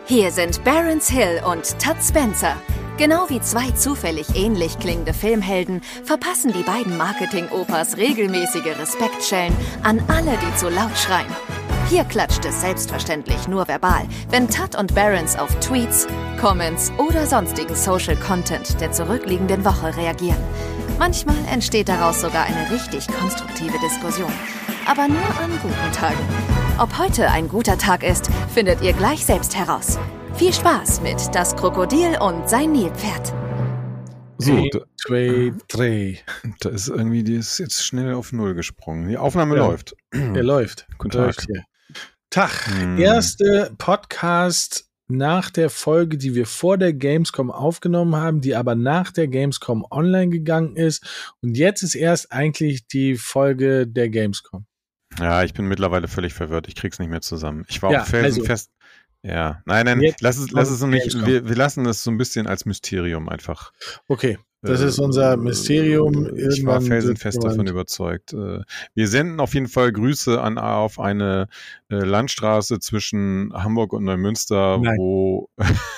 Hier sind Barron's Hill und Todd Spencer. Genau wie zwei zufällig ähnlich klingende Filmhelden verpassen die beiden Marketing-Opas regelmäßige Respektschellen an alle, die zu laut schreien. Hier klatscht es selbstverständlich nur verbal, wenn Todd und Barron's auf Tweets, Comments oder sonstigen Social Content der zurückliegenden Woche reagieren. Manchmal entsteht daraus sogar eine richtig konstruktive Diskussion. Aber nur an guten Tagen. Ob heute ein guter Tag ist, findet ihr gleich selbst heraus. Viel Spaß mit Das Krokodil und sein Nilpferd. So, da ist irgendwie, die ist jetzt schnell auf Null gesprungen. Die Aufnahme läuft. Der läuft. Guten Tag. Tag. Erste Podcast nach der Folge, die wir vor der Gamescom aufgenommen haben, die aber nach der Gamescom online gegangen ist. Und jetzt ist erst eigentlich die Folge der Gamescom. Ja, ich bin mittlerweile völlig verwirrt. Ich krieg's nicht mehr zusammen. Ich war Ja, auch felsenfest. Ja, nein, lass es so nicht. Wir lassen das so ein bisschen als Mysterium einfach. Okay, das ist unser Mysterium. Ich war felsenfest davon überzeugt. Wir senden auf jeden Fall Grüße auf eine Landstraße zwischen Hamburg und Neumünster, wo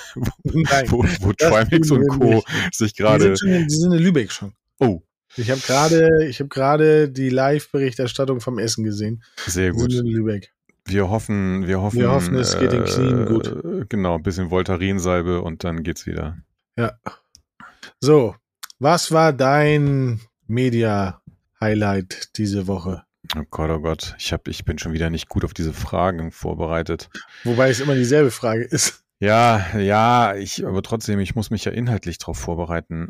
Trimax und Co. sich gerade... Die sind in Lübeck schon. Oh. Ich habe gerade die Live-Berichterstattung vom Essen gesehen. Sehr gut. Die sind in Lübeck. Wir hoffen, es geht den Knien gut. Genau, ein bisschen Voltaren-Salbe und dann geht's wieder. Ja. So, was war dein Media-Highlight diese Woche? Oh Gott. Ich bin schon wieder nicht gut auf diese Fragen vorbereitet. Wobei es immer dieselbe Frage ist. Ja, aber trotzdem, ich muss mich ja inhaltlich drauf vorbereiten.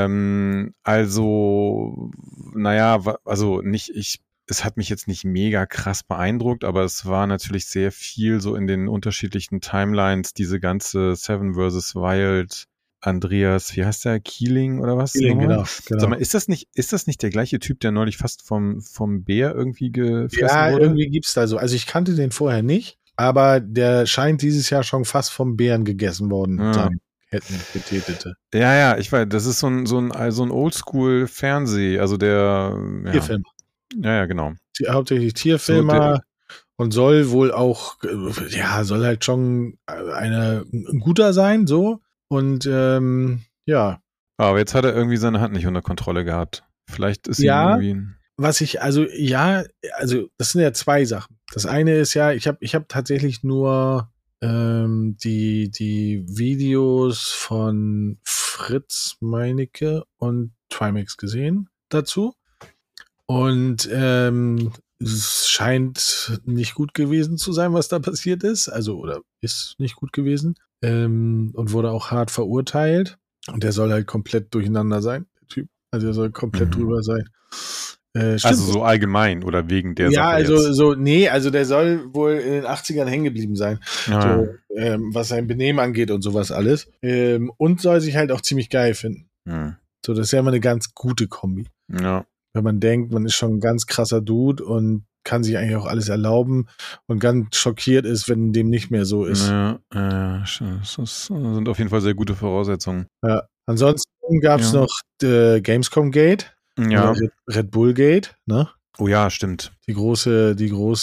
Es hat mich jetzt nicht mega krass beeindruckt, aber es war natürlich sehr viel so in den unterschiedlichen Timelines, diese ganze Seven vs. Wild, Andreas, wie heißt der, Keeling oder was? Keeling, genau. Sag mal, ist das nicht der gleiche Typ, der neulich fast vom Bär irgendwie gefressen wurde? Ja, irgendwie gibt's da so. Also ich kannte den vorher nicht, aber der scheint dieses Jahr schon fast vom Bären gegessen worden sein. Hätten getätete. Ja, ich weiß, das ist so ein Oldschool-Fernseh, also der Tierfilm. Ja, genau. Hauptsächlich Tierfilmer und soll wohl auch, soll halt schon ein guter sein, so. Und ja. Aber jetzt hat er irgendwie seine Hand nicht unter Kontrolle gehabt. Vielleicht ist ihm irgendwie... das sind ja zwei Sachen. Das eine ist ja, ich hab tatsächlich nur die Videos von Fritz Meinecke und Trimax gesehen dazu. Und es scheint nicht gut gewesen zu sein, was da passiert ist. Also, oder ist nicht gut gewesen. Und wurde auch hart verurteilt. Und der soll halt komplett durcheinander sein, der Typ. Also, er soll komplett drüber sein. Also so allgemein oder wegen der Sache also der soll wohl in den 80ern hängen geblieben sein, so, was sein Benehmen angeht und sowas alles. Und soll sich halt auch ziemlich geil finden. So, das ist ja immer eine ganz gute Kombi. Ja. Wenn man denkt, man ist schon ein ganz krasser Dude und kann sich eigentlich auch alles erlauben und ganz schockiert ist, wenn dem nicht mehr so ist. Ja, das sind auf jeden Fall sehr gute Voraussetzungen. Ja. Ansonsten gab es noch Gamescom Gate. Ja. Red Bull Gate, ne? Oh ja, stimmt. Der größte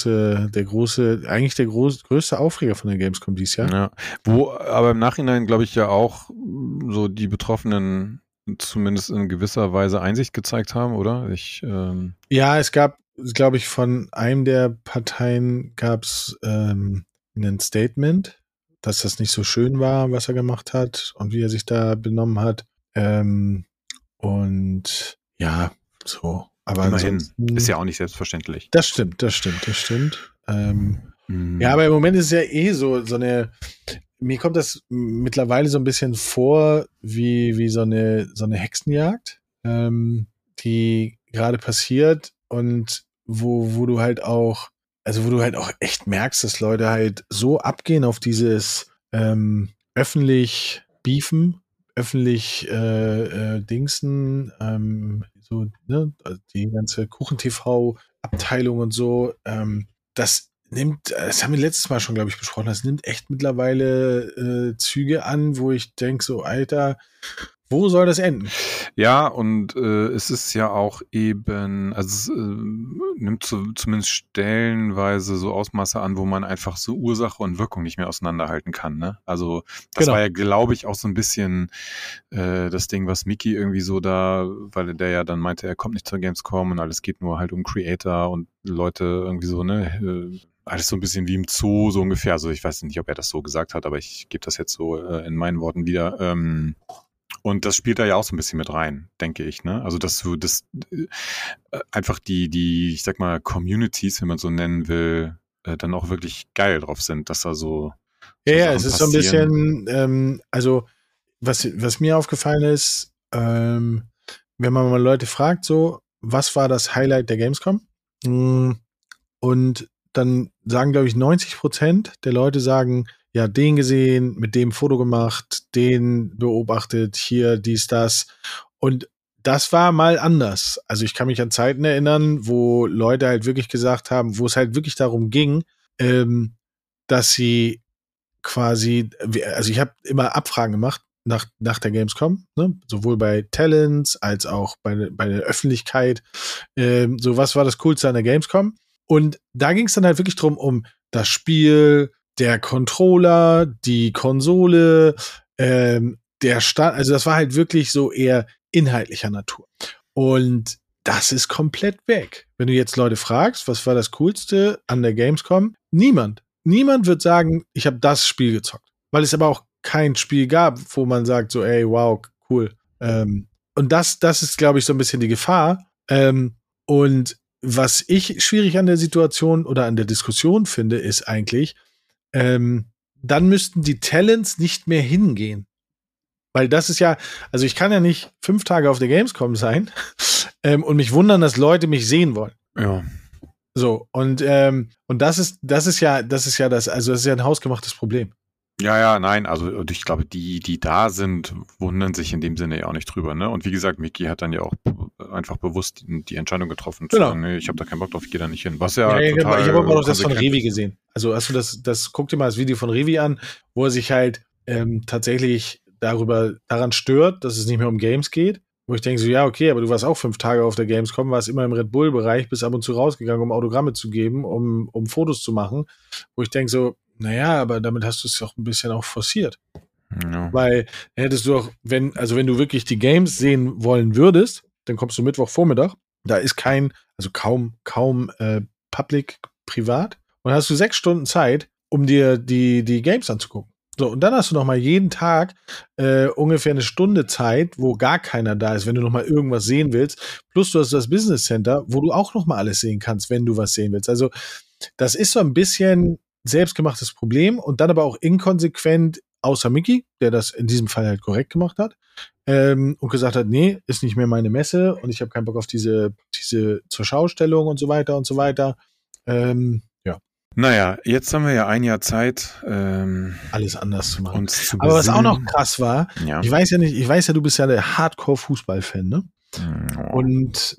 Aufreger von der Gamescom dieses Jahr. Ja. Wo aber im Nachhinein, glaube ich, ja auch so die Betroffenen zumindest in gewisser Weise Einsicht gezeigt haben, oder? Ja, es gab, glaube ich, von einem der Parteien gab es ein Statement, dass das nicht so schön war, was er gemacht hat und wie er sich da benommen hat. Und ja, so. Aber immerhin ist ja auch nicht selbstverständlich. Das stimmt. Ja, aber im Moment ist es ja so eine, mir kommt das mittlerweile so ein bisschen vor wie so eine Hexenjagd, die gerade passiert und wo du halt auch echt merkst, dass Leute halt so abgehen auf dieses öffentlich beefen, öffentlich Dingsen, so, ne, die ganze Kuchen-TV-Abteilung und so, das haben wir letztes Mal schon, glaube ich, besprochen, das nimmt echt mittlerweile Züge an, wo ich denke so, Alter, Wo soll das enden? Ja, und es ist ja auch eben, also es nimmt zumindest stellenweise so Ausmaße an, wo man einfach so Ursache und Wirkung nicht mehr auseinanderhalten kann. Ne? Also das Genau. war ja, glaube ich, auch so ein bisschen das Ding, was Mickey irgendwie so da, weil der ja dann meinte, er kommt nicht zur Gamescom und alles geht nur halt um Creator und Leute irgendwie so, ne, alles so ein bisschen wie im Zoo, so ungefähr. Also ich weiß nicht, ob er das so gesagt hat, aber ich gebe das jetzt so in meinen Worten wieder. Und das spielt da ja auch so ein bisschen mit rein, denke ich, ne? Also, dass du das einfach die, ich sag mal, Communities, wenn man so nennen will, dann auch wirklich geil drauf sind, dass da so Ja, Sachen es ist so ein passieren. bisschen, also was mir aufgefallen ist, wenn man mal Leute fragt, so, was war das Highlight der Gamescom? Und dann sagen, glaube ich, 90% der Leute sagen, ja, den gesehen, mit dem Foto gemacht, den beobachtet, hier, dies, das. Und das war mal anders. Also ich kann mich an Zeiten erinnern, wo Leute halt wirklich gesagt haben, wo es halt wirklich darum ging, dass sie quasi, also ich habe immer Abfragen gemacht nach der Gamescom, ne? Sowohl bei Talents als auch bei der Öffentlichkeit. So, was war das Coolste an der Gamescom? Und da ging es dann halt wirklich drum, um das Spiel, der Controller, die Konsole, der Start, also das war halt wirklich so eher inhaltlicher Natur. Und das ist komplett weg. Wenn du jetzt Leute fragst, was war das Coolste an der Gamescom? Niemand wird sagen, ich habe das Spiel gezockt. Weil es aber auch kein Spiel gab, wo man sagt so, ey, wow, cool. Und das ist, glaube ich, so ein bisschen die Gefahr. Und was ich schwierig an der Situation oder an der Diskussion finde, ist eigentlich, dann müssten die Talents nicht mehr hingehen. Weil das ist ja, also ich kann ja nicht 5 Tage auf der Gamescom sein und mich wundern, dass Leute mich sehen wollen. Ja. So, und das ist ja ein hausgemachtes Problem. Ja, nein, also ich glaube, die da sind, wundern sich in dem Sinne ja auch nicht drüber, ne? Und wie gesagt, Mickey hat dann ja auch einfach bewusst die Entscheidung getroffen, zu sagen, nee, ich habe da keinen Bock drauf, ich gehe da nicht hin. Was ja total ich habe aber auch das von konsequent Revi ist. gesehen. Also hast du das, guck dir mal das Video von Revi an, wo er sich halt tatsächlich daran stört, dass es nicht mehr um Games geht. Wo ich denke so, ja, okay, aber du warst auch 5 Tage auf der Gamescom, warst immer im Red Bull-Bereich, bist ab und zu rausgegangen, um Autogramme zu geben, um Fotos zu machen. Wo ich denke so, naja, aber damit hast du es auch ein bisschen auch forciert. Ja. Weil hättest du auch, wenn du wirklich die Games sehen wollen würdest, dann kommst du Mittwochvormittag, da ist also kaum Public privat, und dann hast du 6 Stunden Zeit, um dir die Games anzugucken. So, und dann hast du noch mal jeden Tag ungefähr eine Stunde Zeit, wo gar keiner da ist, wenn du noch mal irgendwas sehen willst. Plus du hast das Business Center, wo du auch noch mal alles sehen kannst, wenn du was sehen willst. Also das ist so ein bisschen selbstgemachtes Problem und dann aber auch inkonsequent, außer Mickey, der das in diesem Fall halt korrekt gemacht hat und gesagt hat, nee, ist nicht mehr meine Messe und ich habe keinen Bock auf diese Zurschaustellung und so weiter und so weiter. Ja. Naja, jetzt haben wir ja ein Jahr Zeit, alles anders zu machen. uns zu Aber was auch noch besinnen. krass war, Ja. ich weiß ja, du bist ja der Hardcore-Fußball-Fan, ne? Und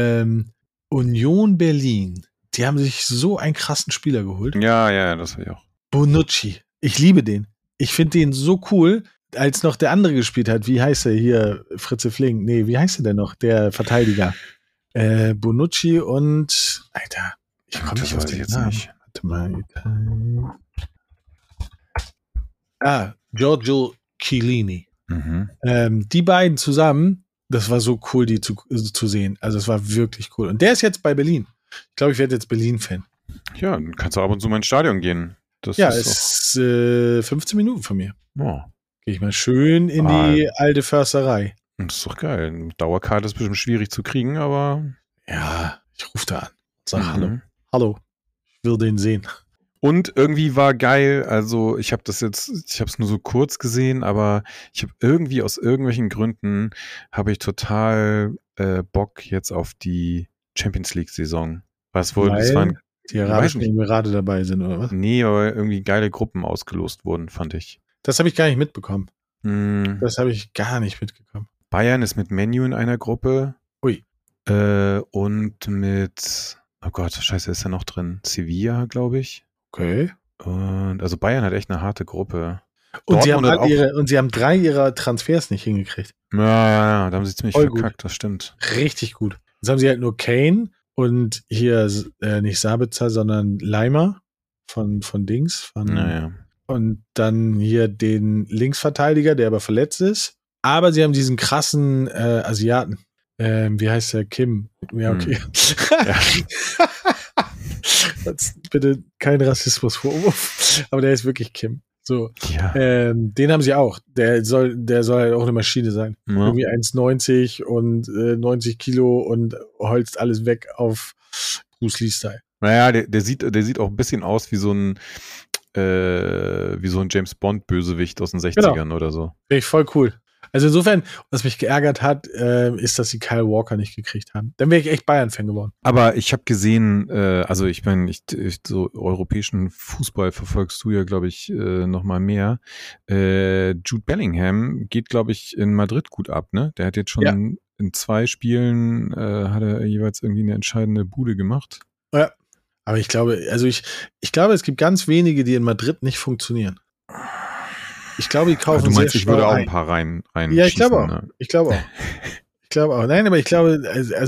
Union Berlin, die haben sich so einen krassen Spieler geholt. Ja, das will ich auch. Bonucci. Ich liebe den. Ich finde den so cool, als noch der andere gespielt hat. Wie heißt er hier? Fritze Flink. Nee, wie heißt er denn noch? Der Verteidiger. Bonucci und Alter, ich komme nicht auf den Namen. Nicht. Warte mal. Giorgio Chiellini. Die beiden zusammen, das war so cool, die zu sehen. Also es war wirklich cool. Und der ist jetzt bei Berlin. Ich glaube, ich werde jetzt Berlin-Fan. Ja, dann kannst du ab und zu mal ins Stadion gehen. Das ja, ist 15 Minuten von mir. Oh. Gehe ich mal schön in die alte Försterei. Das ist doch geil. Dauerkarte ist bestimmt schwierig zu kriegen, aber ja, ich rufe da an. Sag Hallo, ich will den sehen. Und irgendwie war geil, also ich habe es nur so kurz gesehen, aber ich habe irgendwie aus irgendwelchen Gründen habe ich total Bock jetzt auf die Champions League Saison. Was wohl, das waren die Arabischen Emirate dabei sind, oder was? Nee, aber irgendwie geile Gruppen ausgelost wurden, fand ich. Das habe ich gar nicht mitbekommen. Das habe ich gar nicht mitbekommen. Bayern ist mit Man U in einer Gruppe. Ui. Und mit, oh Gott, scheiße, ist ja noch drin? Sevilla, glaube ich. Okay. Und also Bayern hat echt eine harte Gruppe. Und sie haben, Dortmund hat und sie haben 3 ihrer Transfers nicht hingekriegt. Ja, da haben sie ziemlich Voll verkackt, das stimmt. Richtig gut. Jetzt haben sie halt nur Kane und hier nicht Sabitzer, sondern Leimer von Dings. Naja. Und dann hier den Linksverteidiger, der aber verletzt ist. Aber sie haben diesen krassen Asiaten. Wie heißt der? Kim. Ja, okay. Ja. Bitte kein Rassismusvorwurf. Aber der ist wirklich Kim. So. Ja. Den haben sie auch. Der soll halt auch eine Maschine sein. Ja. Irgendwie 1,90 und 90 Kilo und holzt alles weg auf Bruce Lee-Style. Naja, der sieht auch ein bisschen aus wie so ein James Bond-Bösewicht aus den 60ern oder so. Finde ich voll cool. Also insofern, was mich geärgert hat, ist, dass sie Kyle Walker nicht gekriegt haben. Dann wäre ich echt Bayern-Fan geworden. Aber ich habe gesehen, also ich meine, so europäischen Fußball verfolgst du ja, glaube ich, noch mal mehr. Jude Bellingham geht, glaube ich, in Madrid gut ab, ne? Der hat jetzt schon in 2 Spielen hat er jeweils irgendwie eine entscheidende Bude gemacht. Ja, aber ich glaube, ich glaube, es gibt ganz wenige, die in Madrid nicht funktionieren. Ich glaube, die kaufen du meinst, sehr ich würde auch ein ein paar rein Ja, ich glaube auch. Ne? Ich glaube auch. Ich glaube auch. Nein, aber ich glaube,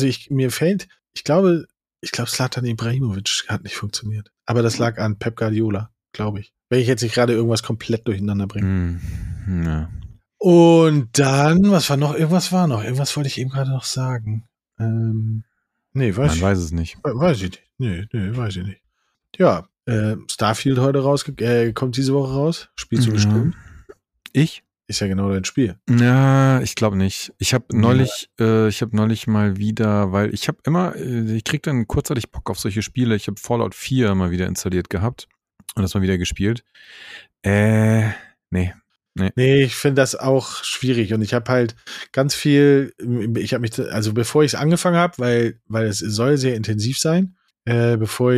ich glaube, Zlatan Ibrahimovic hat nicht funktioniert. Aber das lag an Pep Guardiola, glaube ich. Wenn ich jetzt nicht gerade irgendwas komplett durcheinander bringe. Ja. Und dann, was war noch? Irgendwas war noch. Irgendwas wollte ich eben gerade noch sagen. Nee, weiß ich. Man weiß es nicht. Weiß ich nicht. Nee, weiß ich nicht. Ja, Starfield heute kommt diese Woche raus. Spielst du bestimmt? Ich? Ist ja genau dein Spiel. Ja, ich glaube nicht. Ich habe neulich mal wieder, weil ich krieg dann kurzzeitig Bock auf solche Spiele. Ich habe Fallout 4 mal wieder installiert gehabt und das mal wieder gespielt. Nee. Nee, ich finde das auch schwierig und ich habe halt ganz viel, also bevor ich es angefangen habe, weil es soll sehr intensiv sein, bevor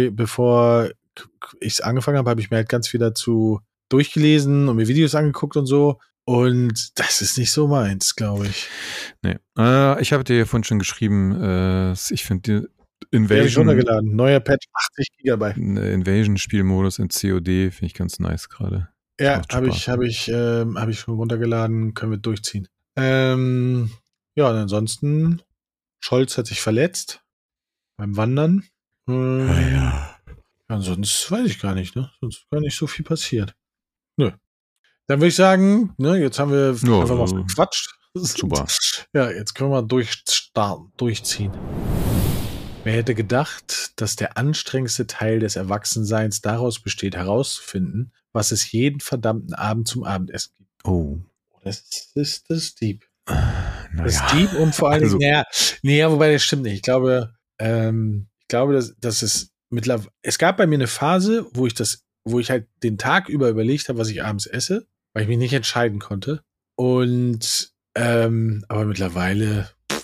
ich es angefangen habe ich mir halt ganz viel dazu durchgelesen und mir Videos angeguckt und so. Und das ist nicht so meins, glaube ich. Nee. Ich habe dir ja vorhin schon geschrieben, ich finde die Invasion runtergeladen. Neuer Patch, 80 GB. Invasion-Spielmodus in COD finde ich ganz nice gerade. Ja, habe ich schon runtergeladen, können wir durchziehen. Ja, und ansonsten, Scholz hat sich verletzt beim Wandern. Ja. Ansonsten weiß ich gar nicht, ne? Sonst ist gar nicht so viel passiert. Nö. Dann würde ich sagen, ne, jetzt haben wir einfach mal gequatscht. Super. Ja, jetzt können wir durchziehen. Wer hätte gedacht, dass der anstrengendste Teil des Erwachsenseins daraus besteht, herauszufinden, was es jeden verdammten Abend zum Abendessen gibt? Oh. Das ist deep. Naja. Das ist deep und vor allen Dingen, wobei das stimmt nicht. Ich glaube, dass es mittlerweile, es gab bei mir eine Phase, wo ich halt den Tag über überlegt habe, was ich abends esse, weil ich mich nicht entscheiden konnte. Und, aber mittlerweile.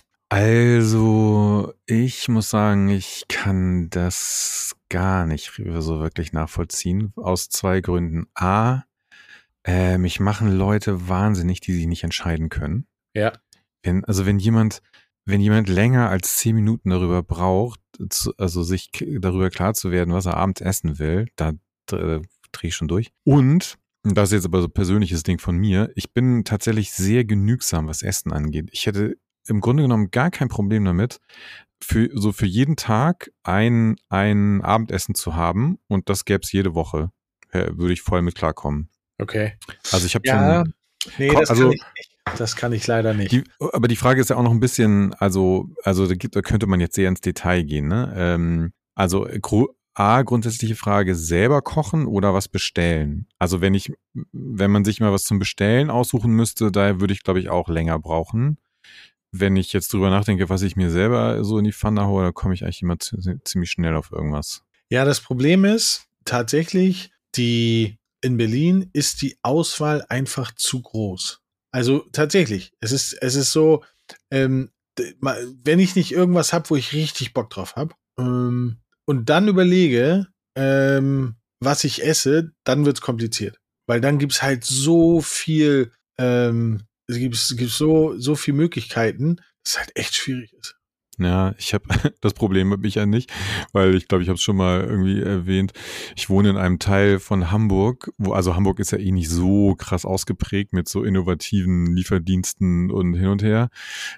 Also, ich muss sagen, ich kann das gar nicht so wirklich nachvollziehen. Aus 2 Gründen. A, mich machen Leute wahnsinnig, die sich nicht entscheiden können. Ja. Wenn jemand länger als 10 Minuten darüber braucht, also sich darüber klar zu werden, was er abends essen will, da drehe ich schon durch. Und das ist jetzt aber so ein persönliches Ding von mir, ich bin tatsächlich sehr genügsam, was Essen angeht. Ich hätte im Grunde genommen gar kein Problem damit, für jeden Tag ein Abendessen zu haben und das gäbe es jede Woche. Würde ich voll mit klarkommen. Okay. Also ich habe schon... Nee, das kann ich leider nicht. Aber die Frage ist ja auch noch ein bisschen, also da könnte man jetzt sehr ins Detail gehen, ne? Grundsätzliche Frage, selber kochen oder was bestellen? Also wenn man sich mal was zum Bestellen aussuchen müsste, da würde ich, glaube ich, auch länger brauchen. Wenn ich jetzt drüber nachdenke, was ich mir selber so in die Pfanne hole, da komme ich eigentlich immer ziemlich schnell auf irgendwas. Ja, das Problem ist tatsächlich, in Berlin ist die Auswahl einfach zu groß. Also tatsächlich, es ist so, wenn ich nicht irgendwas habe, wo ich richtig Bock drauf habe, und dann überlege, was ich esse, dann wird's kompliziert. Weil dann gibt's halt so viel, es gibt so viel Möglichkeiten, dass es halt echt schwierig ist. Ja, ich habe das Problem habe ich ja nicht, weil ich glaube, ich habe es schon mal irgendwie erwähnt. Ich wohne in einem Teil von Hamburg, also Hamburg ist ja eh nicht so krass ausgeprägt mit so innovativen Lieferdiensten und hin und her.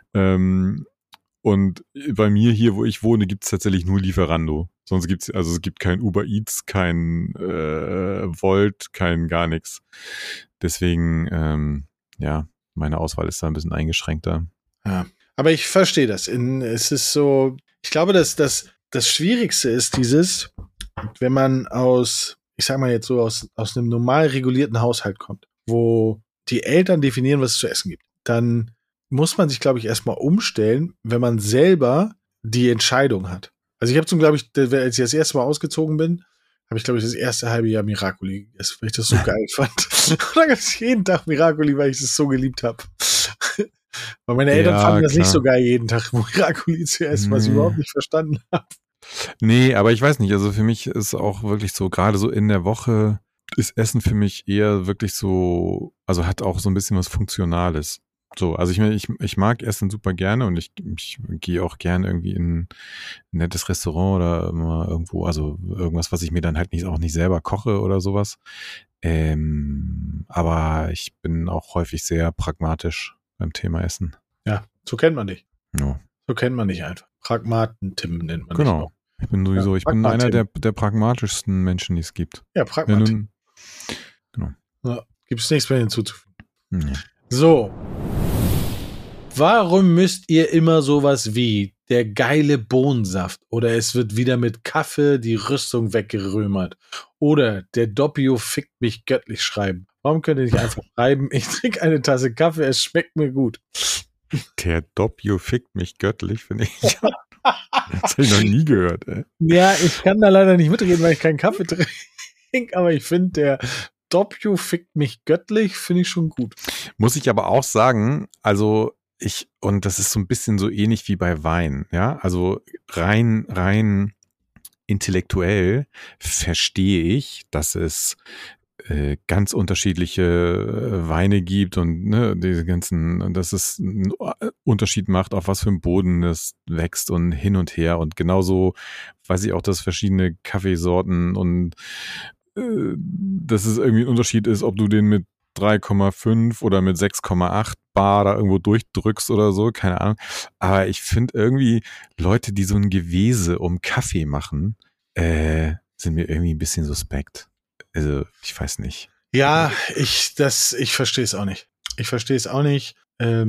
Und bei mir hier, wo ich wohne, gibt es tatsächlich nur Lieferando. Sonst es gibt kein Uber Eats, kein Volt, kein gar nichts. Deswegen, meine Auswahl ist da ein bisschen eingeschränkter. Ja. Aber ich verstehe das. Es ist so, ich glaube, dass das Schwierigste ist wenn man ich sag mal jetzt so aus einem normal regulierten Haushalt kommt, wo die Eltern definieren, was es zu essen gibt, dann muss man sich, glaube ich, erstmal umstellen, wenn man selber die Entscheidung hat. Also ich habe glaube ich, als ich das erste Mal ausgezogen bin, habe ich, glaube ich, das erste halbe Jahr Miracoli gegessen, weil ich das so geil fand. Und dann gab es jeden Tag Miracoli, weil ich das so geliebt habe. Weil meine Eltern fanden das nicht so geil, jeden Tag Miracoli zu essen, was ich überhaupt nicht verstanden habe. Nee, aber ich weiß nicht, also für mich ist auch wirklich so, gerade so in der Woche ist Essen für mich eher wirklich so, also hat auch so ein bisschen was Funktionales. So, also ich mag Essen super gerne und ich gehe auch gerne irgendwie in ein nettes Restaurant oder mal irgendwo, also irgendwas, was ich mir dann halt auch nicht selber koche oder sowas. Aber ich bin auch häufig sehr pragmatisch beim Thema Essen. Ja, so kennt man dich. Ja. So kennt man dich einfach. Pragmaten-Tim nennt man dich. Genau. Ich bin sowieso, ich bin einer der pragmatischsten Menschen, die es gibt. Ja, Pragmatik. Genau. Ja, gibt es nichts mehr hinzuzufügen. Nee. So. Warum müsst ihr immer sowas wie der geile Bohnensaft oder es wird wieder mit Kaffee die Rüstung weggerömert oder der Doppio fickt mich göttlich schreiben? Warum könnt ihr nicht einfach schreiben, ich trinke eine Tasse Kaffee, es schmeckt mir gut? Der Doppio fickt mich göttlich, finde ich. Das habe ich noch nie gehört, ey. Ja, ich kann da leider nicht mitreden, weil ich keinen Kaffee trinke, aber ich finde, der Doppio fickt mich göttlich, finde ich schon gut. Muss ich aber auch sagen, also und das ist so ein bisschen so ähnlich wie bei Wein, ja, also rein intellektuell verstehe ich, dass es ganz unterschiedliche Weine gibt und diese ganzen, dass es einen Unterschied macht, auf was für einem Boden es wächst und hin und her und genauso weiß ich auch, dass verschiedene Kaffeesorten und dass es irgendwie ein Unterschied ist, ob du den mit 3,5 oder mit 6,8 Bar da irgendwo durchdrückst oder so, keine Ahnung. Aber ich finde irgendwie Leute, die so ein Gewese um Kaffee machen, sind mir irgendwie ein bisschen suspekt. Also, ich weiß nicht. Ja, ich verstehe es auch nicht. Ich verstehe es auch nicht. Ja,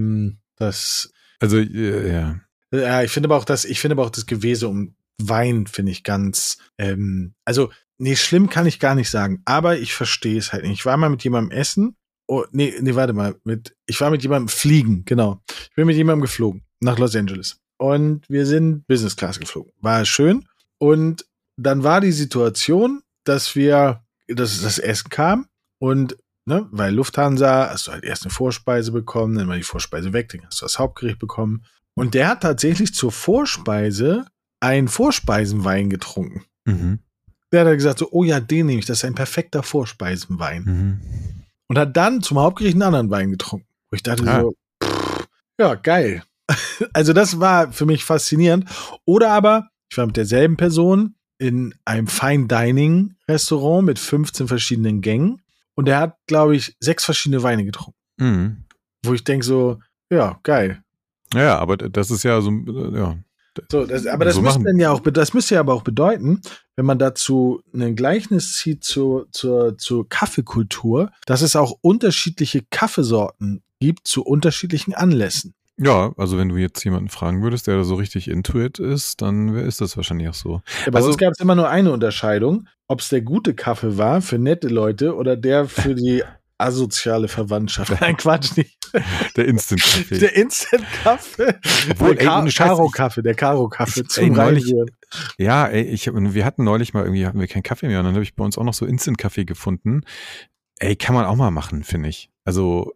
ich finde aber auch das Gewese um Wein finde ich ganz, schlimm kann ich gar nicht sagen, aber ich verstehe es halt nicht. Ich war mal mit jemandem essen. Oh, ich war mit jemandem fliegen, genau. Ich bin mit jemandem geflogen nach Los Angeles und wir sind Business Class geflogen. War schön und dann war die Situation, dass das Essen kam und weil Lufthansa hast du halt erst eine Vorspeise bekommen, dann war die Vorspeise weg, dann hast du das Hauptgericht bekommen und der hat tatsächlich zur Vorspeise einen Vorspeisenwein getrunken. Mhm. Der hat dann gesagt so, oh ja, den nehme ich, das ist ein perfekter Vorspeisenwein. Mhm. Und hat dann zum Hauptgericht einen anderen Wein getrunken. Wo ich dachte ja, geil. Also das war für mich faszinierend. Oder aber, ich war mit derselben Person in einem Fine Dining Restaurant mit 15 verschiedenen Gängen und der hat, glaube ich, 6 verschiedene Weine getrunken. Mhm. Wo ich denke so, ja, geil. Ja, aber das ist ja so, ja. So, das müsste ja aber auch bedeuten, wenn man dazu ein Gleichnis zieht zur Kaffeekultur, dass es auch unterschiedliche Kaffeesorten gibt zu unterschiedlichen Anlässen. Ja, also wenn du jetzt jemanden fragen würdest, der da so richtig into it ist, dann ist das wahrscheinlich auch so. Ja, bei uns gab es immer nur eine Unterscheidung, ob es der gute Kaffee war für nette Leute oder der für die asoziale Verwandtschaft. Nein, Quatsch nicht. Der Instant-Kaffee. Der Instant-Kaffee. Der Karo-Kaffee zum Reinrühren. Ja, wir hatten neulich mal irgendwie, hatten wir keinen Kaffee mehr und dann habe ich bei uns auch noch so Instant-Kaffee gefunden. Ey, kann man auch mal machen, finde ich. Also,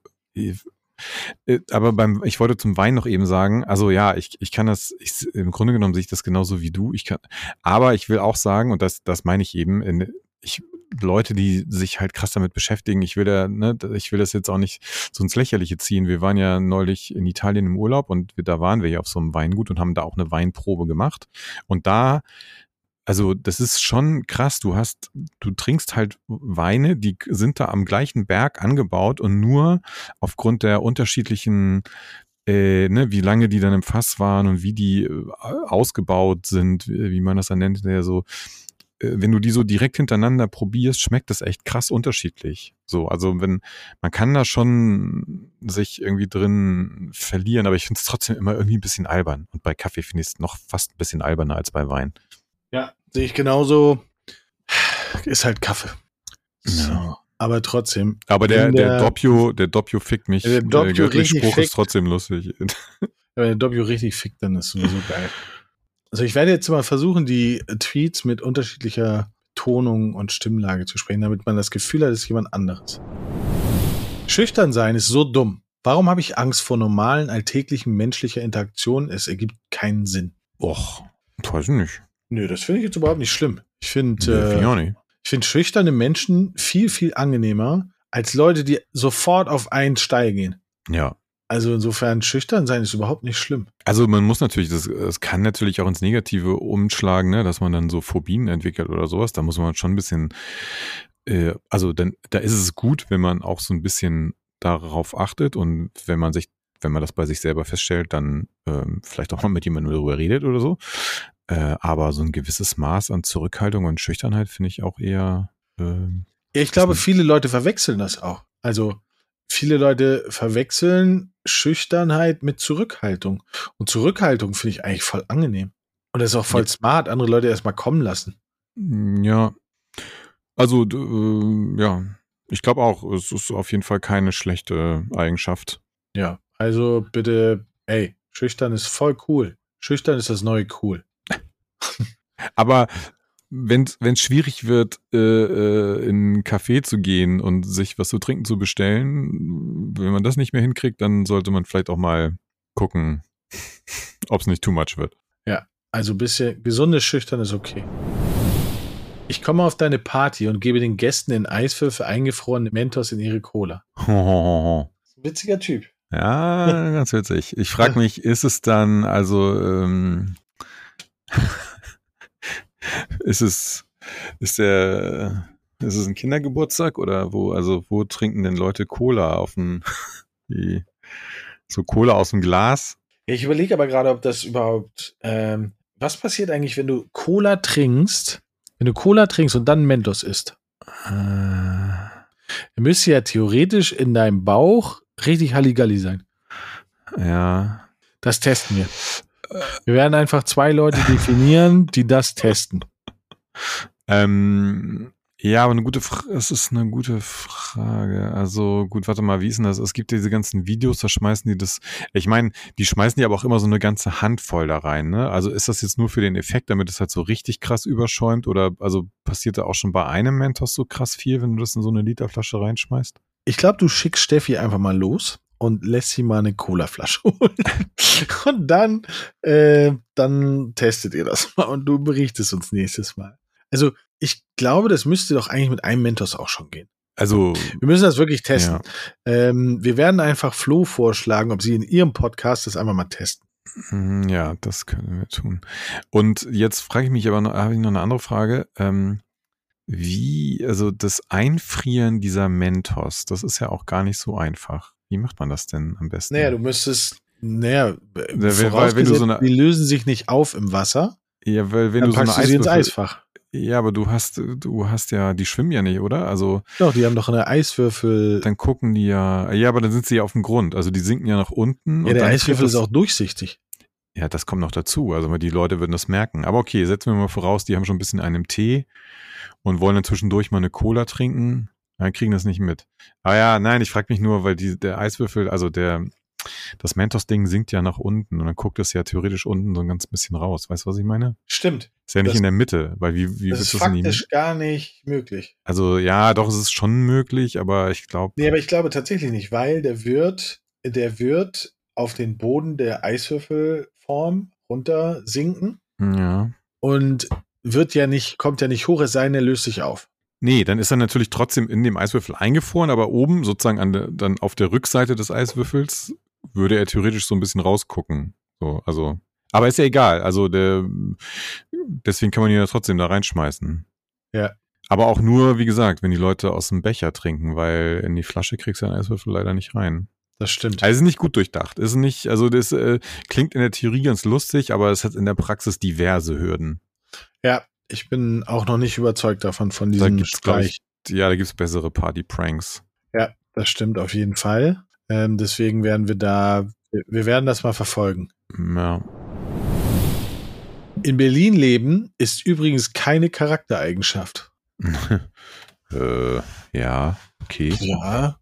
aber ich wollte zum Wein noch eben sagen, also ja, ich kann das, im Grunde genommen sehe ich das genauso wie du. Aber ich will auch sagen, und das meine ich eben, Leute, die sich halt krass damit beschäftigen, ich will das jetzt auch nicht so ins Lächerliche ziehen. Wir waren ja neulich in Italien im Urlaub und da waren wir ja auf so einem Weingut und haben da auch eine Weinprobe gemacht. Und also das ist schon krass. Du trinkst halt Weine, die sind da am gleichen Berg angebaut und nur aufgrund der unterschiedlichen wie lange die dann im Fass waren und wie die ausgebaut sind, wie man das dann nennt, wenn du die so direkt hintereinander probierst, schmeckt das echt krass unterschiedlich. So, also man kann da schon sich irgendwie drin verlieren, aber ich finde es trotzdem immer irgendwie ein bisschen albern. Und bei Kaffee finde ich es noch fast ein bisschen alberner als bei Wein. Ja, sehe ich genauso. Ist halt Kaffee. So. Ja. Aber trotzdem. Aber der Doppio fickt mich. Der Spruch ist trotzdem lustig. Wenn der Doppio richtig fickt, dann ist es sowieso geil. Also ich werde jetzt mal versuchen, die Tweets mit unterschiedlicher Tonung und Stimmlage zu sprechen, damit man das Gefühl hat, es ist jemand anderes. Schüchtern sein ist so dumm. Warum habe ich Angst vor normalen, alltäglichen menschlicher Interaktion? Es ergibt keinen Sinn. Och, weiß ich nicht. Nö, das finde ich jetzt überhaupt nicht schlimm. Ich finde schüchterne Menschen viel, viel angenehmer als Leute, die sofort auf einen Steil gehen. Ja. Also insofern schüchtern sein ist überhaupt nicht schlimm. Also man muss natürlich, es kann natürlich auch ins Negative umschlagen, ne, dass man dann so Phobien entwickelt oder sowas. Da muss man schon ein bisschen, da ist es gut, wenn man auch so ein bisschen darauf achtet und wenn man das bei sich selber feststellt, dann vielleicht auch mal mit jemandem darüber redet oder so. Aber so ein gewisses Maß an Zurückhaltung und Schüchternheit finde ich auch eher. Ja, ich glaube, viele Leute verwechseln das auch. Also viele Leute verwechseln Schüchternheit mit Zurückhaltung. Und Zurückhaltung finde ich eigentlich voll angenehm. Und das ist auch voll smart, andere Leute erstmal kommen lassen. Ja. Also, ich glaube auch, es ist auf jeden Fall keine schlechte Eigenschaft. Ja, also bitte, schüchtern ist voll cool. Schüchtern ist das neue cool. Aber wenn es schwierig wird, in einen Café zu gehen und sich was zu trinken zu bestellen, wenn man das nicht mehr hinkriegt, dann sollte man vielleicht auch mal gucken, ob es nicht too much wird. Ja, also ein bisschen gesundes Schüchtern ist okay. Ich komme auf deine Party und gebe den Gästen in Eiswürfel eingefrorene Mentos in ihre Cola. Witziger Typ. Ja, ganz witzig. Ich frage mich, ist es dann, ist es ein Kindergeburtstag oder wo trinken denn Leute Cola so Cola aus dem Glas? Ich überlege aber gerade, ob das überhaupt, was passiert eigentlich, wenn du Cola trinkst und dann Mentos isst? Dann müsste ja theoretisch in deinem Bauch richtig Halligalli sein. Ja. Das testen wir. Wir werden einfach 2 Leute definieren, die das testen. Ja, aber es ist eine gute Frage. Also gut, warte mal, wie ist denn das? Es gibt diese ganzen Videos, da schmeißen die das, ich meine, die schmeißen die aber auch immer so eine ganze Handvoll da rein, ne? Also ist das jetzt nur für den Effekt, damit es halt so richtig krass überschäumt oder also passiert da auch schon bei einem Mentos so krass viel, wenn du das in so eine Literflasche reinschmeißt? Ich glaube, du schickst Steffi einfach mal los und lässt sie mal eine Colaflasche holen. Und dann testet ihr das mal und du berichtest uns nächstes Mal. Also ich glaube, das müsste doch eigentlich mit einem Mentos auch schon gehen. Also wir müssen das wirklich testen. Ja. Wir werden einfach Flo vorschlagen, ob sie in ihrem Podcast das einfach mal testen. Ja, das können wir tun. Und jetzt frage ich mich aber noch, habe ich noch eine andere Frage. Also das Einfrieren dieser Mentos, das ist ja auch gar nicht so einfach. Wie macht man das denn am besten? Naja, du müsstest, weil wenn du die lösen sich nicht auf im Wasser. Ja, weil wenn dann du so eine packst du sie ins Eisfach. Ja, aber du hast ja, die schwimmen ja nicht, oder? Also. Doch, die haben doch eine Eiswürfel. Dann gucken die ja, aber dann sind sie ja auf dem Grund. Also die sinken ja nach unten. Ja, der Eiswürfel ist auch durchsichtig. Ja, das kommt noch dazu. Also die Leute würden das merken. Aber okay, setzen wir mal voraus, die haben schon ein bisschen einen Tee und wollen dann zwischendurch mal eine Cola trinken. Dann kriegen das nicht mit. Aber ja, nein, ich frage mich nur, weil der Eiswürfel, also das Mentos-Ding sinkt ja nach unten und dann guckt es ja theoretisch unten so ein ganz bisschen raus. Weißt du, was ich meine? Stimmt. Ist ja nicht in der Mitte, weil wie das ist faktisch gar nicht möglich. Also ja, doch, es ist schon möglich, aber ich glaube. Nee, aber ich glaube tatsächlich nicht, weil der Wirt auf den Boden der Eiswürfelform runter sinken. Ja. Und kommt ja nicht hoch, es sei denn, er löst sich auf. Nee, dann ist er natürlich trotzdem in dem Eiswürfel eingefroren, aber oben sozusagen dann auf der Rückseite des Eiswürfels würde er theoretisch so ein bisschen rausgucken. So, also, aber ist ja egal. Also deswegen kann man ihn ja trotzdem da reinschmeißen. Ja. Aber auch nur, wie gesagt, wenn die Leute aus dem Becher trinken, weil in die Flasche kriegst du einen Eiswürfel leider nicht rein. Das stimmt. Also ist nicht gut durchdacht. Ist nicht, also das klingt in der Theorie ganz lustig, aber es hat in der Praxis diverse Hürden. Ja, ich bin auch noch nicht überzeugt davon, von diesem Streich. Da gibt's bessere Party-Pranks. Ja, das stimmt auf jeden Fall. Deswegen werden wir werden das mal verfolgen. Ja. In Berlin leben ist übrigens keine Charaktereigenschaft. Ja, okay. Ja,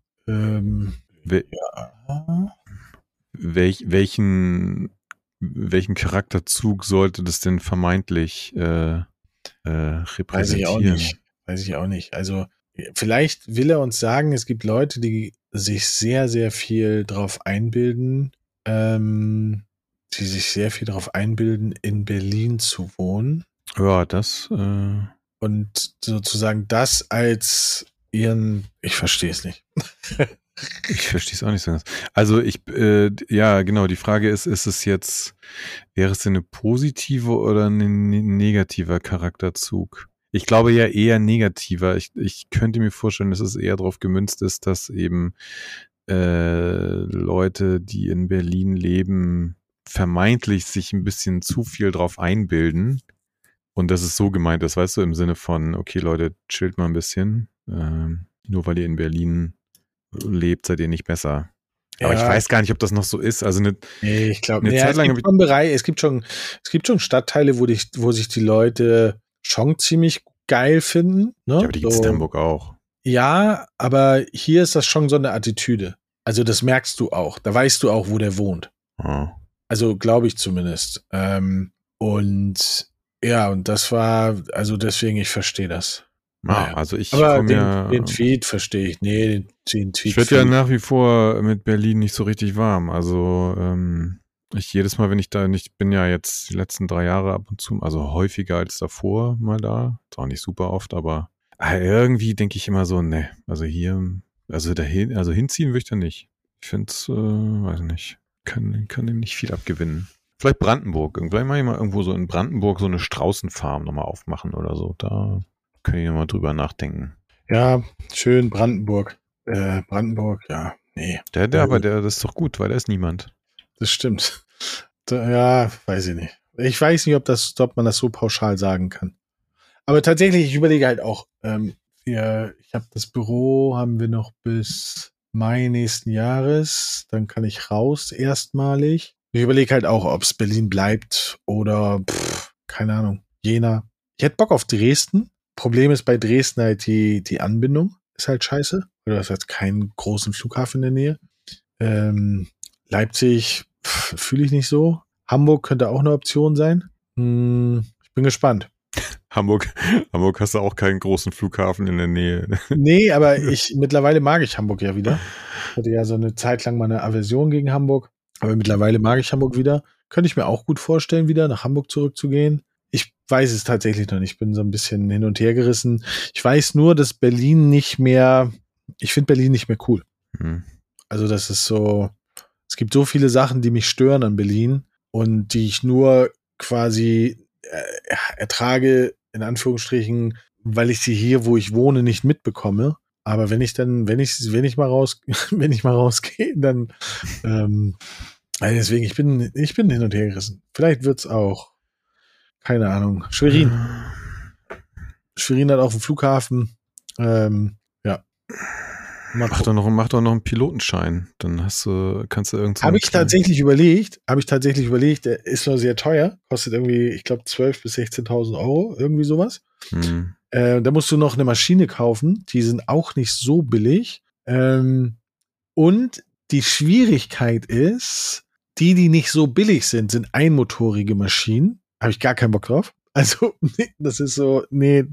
Welchen Charakterzug sollte das denn vermeintlich repräsentieren? Weiß ich auch nicht. Also vielleicht will er uns sagen, es gibt Leute, die sich sehr, sehr viel drauf einbilden, in Berlin zu wohnen. Ja, das. Und sozusagen das als ich verstehe es nicht. Ich verstehe es auch nicht so ganz. Also ja, genau, die Frage ist wäre es eine positive oder ein negativer Charakterzug? Ich glaube ja eher negativer. Ich könnte mir vorstellen, dass es eher darauf gemünzt ist, dass eben Leute, die in Berlin leben, vermeintlich sich ein bisschen zu viel drauf einbilden. Und dass es so gemeint ist, weißt du, im Sinne von, okay, Leute, chillt mal ein bisschen. Nur weil ihr in Berlin lebt, seid ihr nicht besser. Ja. Aber ich weiß gar nicht, ob das noch so ist. Also ich glaube, es gibt schon Stadtteile, wo sich die Leute schon ziemlich geil finden. Ne? Ja, aber die gibt es in Hamburg auch. Ja, aber hier ist das schon so eine Attitüde. Also das merkst du auch. Da weißt du auch, wo der wohnt. Oh. Also glaube ich zumindest. Und das war, also deswegen, ich verstehe das. Ja, also den Tweet verstehe ich. Nee, den Tweet. Ich werde ja nach wie vor mit Berlin nicht so richtig warm. Also jedes Mal, ich bin ja jetzt die letzten 3 Jahre ab und zu, also häufiger als davor mal da. Ist auch nicht super oft, aber irgendwie denke ich immer so, ne, also hinziehen würde ich da nicht. Ich finde es, weiß nicht, kann dem nicht viel abgewinnen. Vielleicht Brandenburg. Vielleicht mache ich mal irgendwo so in Brandenburg so eine Straußenfarm nochmal aufmachen oder so. Da kann ich nochmal drüber nachdenken. Ja, schön, Brandenburg. Brandenburg, ja, nee. Aber das ist doch gut, weil da ist niemand. Das stimmt. Ja, weiß ich nicht. Ich weiß nicht, ob man das so pauschal sagen kann. Aber tatsächlich, ich überlege halt auch, ich habe das Büro, haben wir noch bis Mai nächsten Jahres. Dann kann ich raus erstmalig. Ich überlege halt auch, ob es Berlin bleibt oder, keine Ahnung, Jena. Ich hätte Bock auf Dresden. Problem ist bei Dresden halt die Anbindung ist halt scheiße. Oder es hat keinen großen Flughafen in der Nähe. Leipzig fühle ich nicht so. Hamburg könnte auch eine Option sein. Ich bin gespannt. Hamburg hast du auch keinen großen Flughafen in der Nähe. Nee, aber mittlerweile mag ich Hamburg ja wieder. Ich hatte ja so eine Zeit lang mal eine Aversion gegen Hamburg. Aber mittlerweile mag ich Hamburg wieder. Könnte ich mir auch gut vorstellen, wieder nach Hamburg zurückzugehen. Ich weiß es tatsächlich noch nicht. Ich bin so ein bisschen hin und her gerissen. Ich weiß nur, dass ich finde Berlin nicht mehr cool. Also das ist so, es gibt so viele Sachen, die mich stören an Berlin und die ich nur quasi ertrage, in Anführungsstrichen, weil ich sie hier, wo ich wohne, nicht mitbekomme. Aber wenn ich mal rausgehe, dann deswegen, ich bin hin und her gerissen. Vielleicht wird's auch, keine Ahnung, Schwerin. Schwerin hat auch einen Flughafen. Ja. Mach doch noch einen Pilotenschein. Dann kannst du irgendwann. Habe ich tatsächlich überlegt. Der ist nur sehr teuer. Kostet irgendwie, ich glaube, 12.000 bis 16.000 Euro. Irgendwie sowas. Da musst du noch eine Maschine kaufen. Die sind auch nicht so billig. Und die Schwierigkeit ist, die nicht so billig sind einmotorige Maschinen. Habe ich gar keinen Bock drauf. Also, das ist wie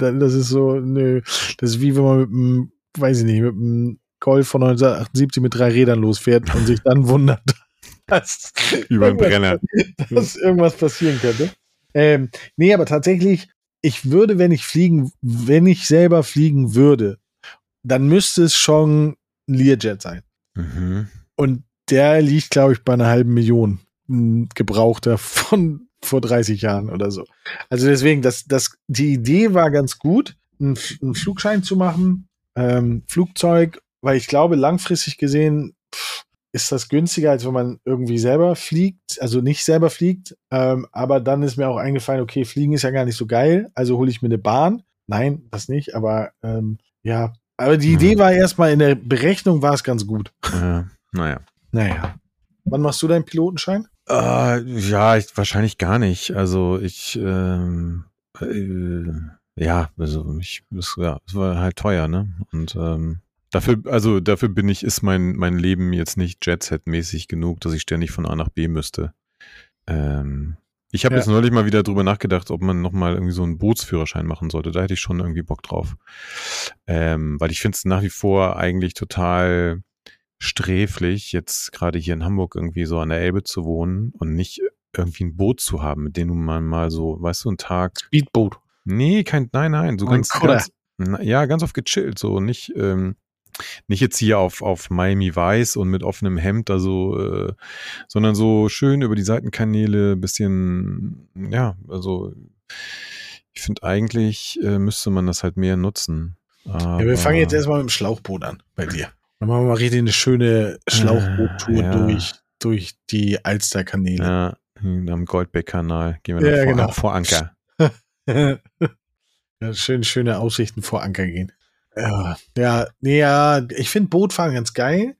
wenn man mit einem, weiß ich nicht, mit einem Golf von 1978 mit 3 Rädern losfährt und sich dann wundert, dass über den Brenner. Dass irgendwas passieren könnte. Nee, aber tatsächlich ich würde, wenn ich selber fliegen würde, dann müsste es schon ein Learjet sein. Mhm. Und der liegt, glaube ich, bei 500.000. Ein gebrauchter von vor 30 Jahren oder so. Also deswegen, die Idee war ganz gut, einen Flugschein zu machen, Flugzeug, weil ich glaube, langfristig gesehen ist das günstiger, als wenn man irgendwie selber fliegt, also nicht selber fliegt. Aber dann ist mir auch eingefallen, okay, Fliegen ist ja gar nicht so geil, also hole ich mir eine Bahn. Nein, das nicht, aber ja. Aber die Idee war erstmal, in der Berechnung war es ganz gut. Naja. Wann machst du deinen Pilotenschein? Ja, wahrscheinlich gar nicht. Also es war halt teuer, ne? Und dafür ist mein Leben jetzt nicht Jet-Set-mäßig genug, dass ich ständig von A nach B müsste. Ich habe jetzt neulich mal wieder drüber nachgedacht, ob man nochmal irgendwie so einen Bootsführerschein machen sollte. Da hätte ich schon irgendwie Bock drauf. Weil ich finde es nach wie vor eigentlich total sträflich, jetzt gerade hier in Hamburg irgendwie so an der Elbe zu wohnen und nicht irgendwie ein Boot zu haben, mit dem du mal so, weißt du, einen Tag... Speedboot. Nee, nein, so ganz oft gechillt, so nicht jetzt hier auf Miami Vice und mit offenem Hemd, also, sondern so schön über die Seitenkanäle, bisschen, also ich finde eigentlich müsste man das halt mehr nutzen. Ja, wir fangen jetzt erstmal mit dem Schlauchboot an bei dir. Dann machen wir mal richtig eine schöne Schlauchboot-Tour durch die Alsterkanäle. Ja, am Goldbeck-Kanal gehen wir dann vor Anker. Ja, schöne Aussichten vor Anker gehen. Ja, ich finde Bootfahren ganz geil.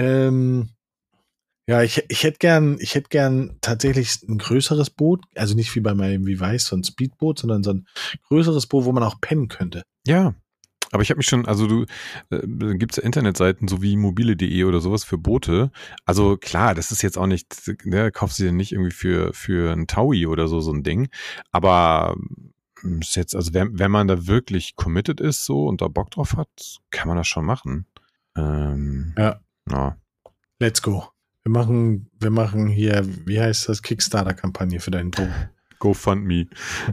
Ich hätte gern tatsächlich ein größeres Boot, also nicht wie bei meinem Vice, so ein Speedboot, sondern so ein größeres Boot, wo man auch pennen könnte. Ja. Aber ich habe mich schon, also gibt es ja Internetseiten so wie mobile.de oder sowas für Boote. Also klar, das ist jetzt auch nicht, kaufst du dir nicht irgendwie für ein Taui oder so ein Ding. Aber ist jetzt, also wenn man da wirklich committed ist so und da Bock drauf hat, kann man das schon machen. Ja. Let's go. Wir machen hier, wie heißt das, Kickstarter-Kampagne für dein Boot. GoFundMe.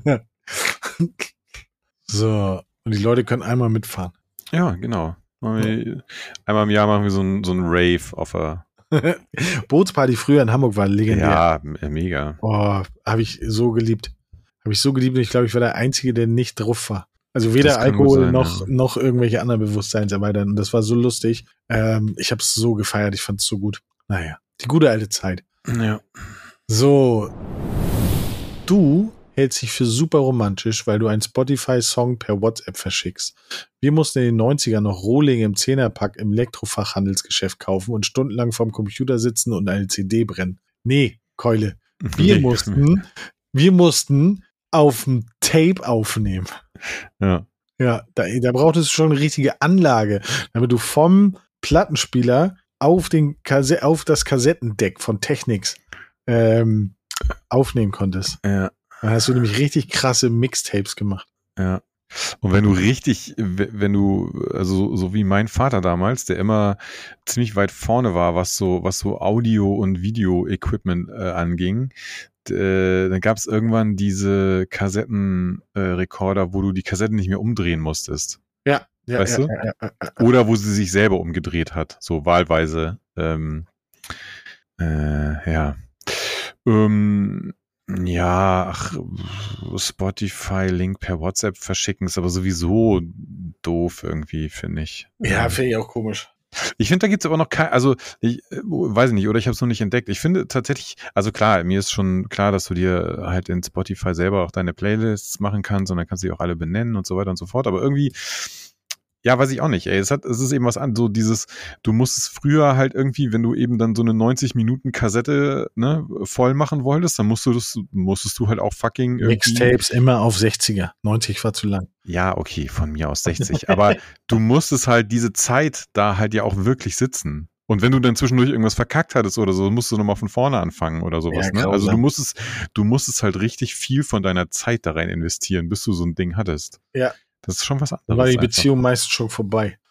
So. Und die Leute können einmal mitfahren. Ja, genau. Einmal im Jahr machen wir so ein Rave auf der Bootsparty früher in Hamburg war legendär. Ja, mega. Oh, habe ich so geliebt. Und ich glaube, ich war der Einzige, der nicht drauf war. Also weder Alkohol noch irgendwelche anderen Bewusstseinserweitern. Und das war so lustig. Ich habe es so gefeiert. Ich fand es so gut. Naja, die gute alte Zeit. Ja. So. Du hältst dich für super romantisch, weil du einen Spotify-Song per WhatsApp verschickst. Wir mussten in den 90ern noch Rohlinge im 10er-Pack im Elektrofachhandelsgeschäft kaufen und stundenlang vorm Computer sitzen und eine CD brennen. Nee, Keule. Wir mussten auf dem Tape aufnehmen. Ja. Ja, da brauchtest du schon eine richtige Anlage, damit du vom Plattenspieler auf das Kassettendeck von Technics aufnehmen konntest. Ja. Da hast du nämlich richtig krasse Mixtapes gemacht. Ja. Und wenn du, also so wie mein Vater damals, der immer ziemlich weit vorne war, was so Audio- und Video-Equipment anging, dann gab es irgendwann diese Kassettenrekorder, wo du die Kassetten nicht mehr umdrehen musstest. Ja. Weißt du? Ja. Oder wo sie sich selber umgedreht hat, so wahlweise. Spotify-Link per WhatsApp verschicken ist aber sowieso doof irgendwie, finde ich. Ja, finde ich auch komisch. Ich finde, da gibt es aber noch ich weiß nicht, oder ich habe es noch nicht entdeckt. Ich finde tatsächlich, also klar, mir ist schon klar, dass du dir halt in Spotify selber auch deine Playlists machen kannst und dann kannst du die auch alle benennen und so weiter und so fort, aber irgendwie, ja, weiß ich auch nicht, ey. Es ist eben was an, so dieses, du musstest früher halt irgendwie, wenn du eben dann so eine 90-Minuten-Kassette, ne, voll machen wolltest, dann musstest du halt auch fucking irgendwie... Mixtapes immer auf 60er. 90 war zu lang. Ja, okay, von mir aus 60. Aber du musstest halt diese Zeit da halt ja auch wirklich sitzen. Und wenn du dann zwischendurch irgendwas verkackt hattest oder so, musst du nochmal von vorne anfangen oder sowas, Ja, ne? Also du musstest halt richtig viel von deiner Zeit da rein investieren, bis du so ein Ding hattest. Ja. Das ist schon was anderes. Da war die Beziehung meistens schon vorbei.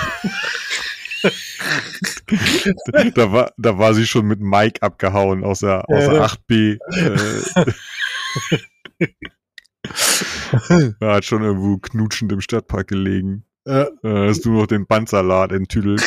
Da war sie schon mit Mike abgehauen aus der 8B. Er hat schon irgendwo knutschend im Stadtpark gelegen. Hast du noch den Bandsalat enttüdelt.